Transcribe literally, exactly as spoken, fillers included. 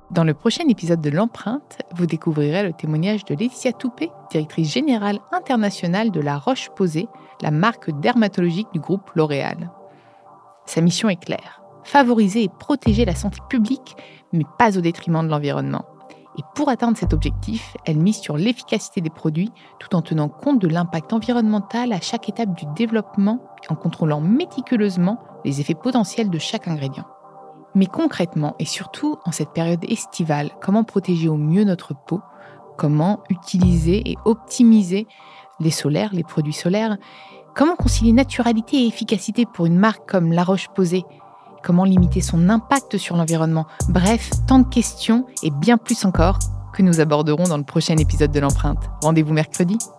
Dans le prochain épisode de l'Empreinte, vous découvrirez le témoignage de Laetitia Toupé, directrice générale internationale de La Roche-Posay, la marque dermatologique du groupe L'Oréal. Sa mission est claire, favoriser et protéger la santé publique, mais pas au détriment de l'environnement. Et pour atteindre cet objectif, elle mise sur l'efficacité des produits tout en tenant compte de l'impact environnemental à chaque étape du développement et en contrôlant méticuleusement les effets potentiels de chaque ingrédient. Mais concrètement, et surtout en cette période estivale, comment protéger au mieux notre peau ? Comment utiliser et optimiser les solaires, les produits solaires ? Comment concilier naturalité et efficacité pour une marque comme La Roche-Posay ? Comment limiter son impact sur l'environnement ? Bref, tant de questions et bien plus encore que nous aborderons dans le prochain épisode de l'Empreinte. Rendez-vous mercredi.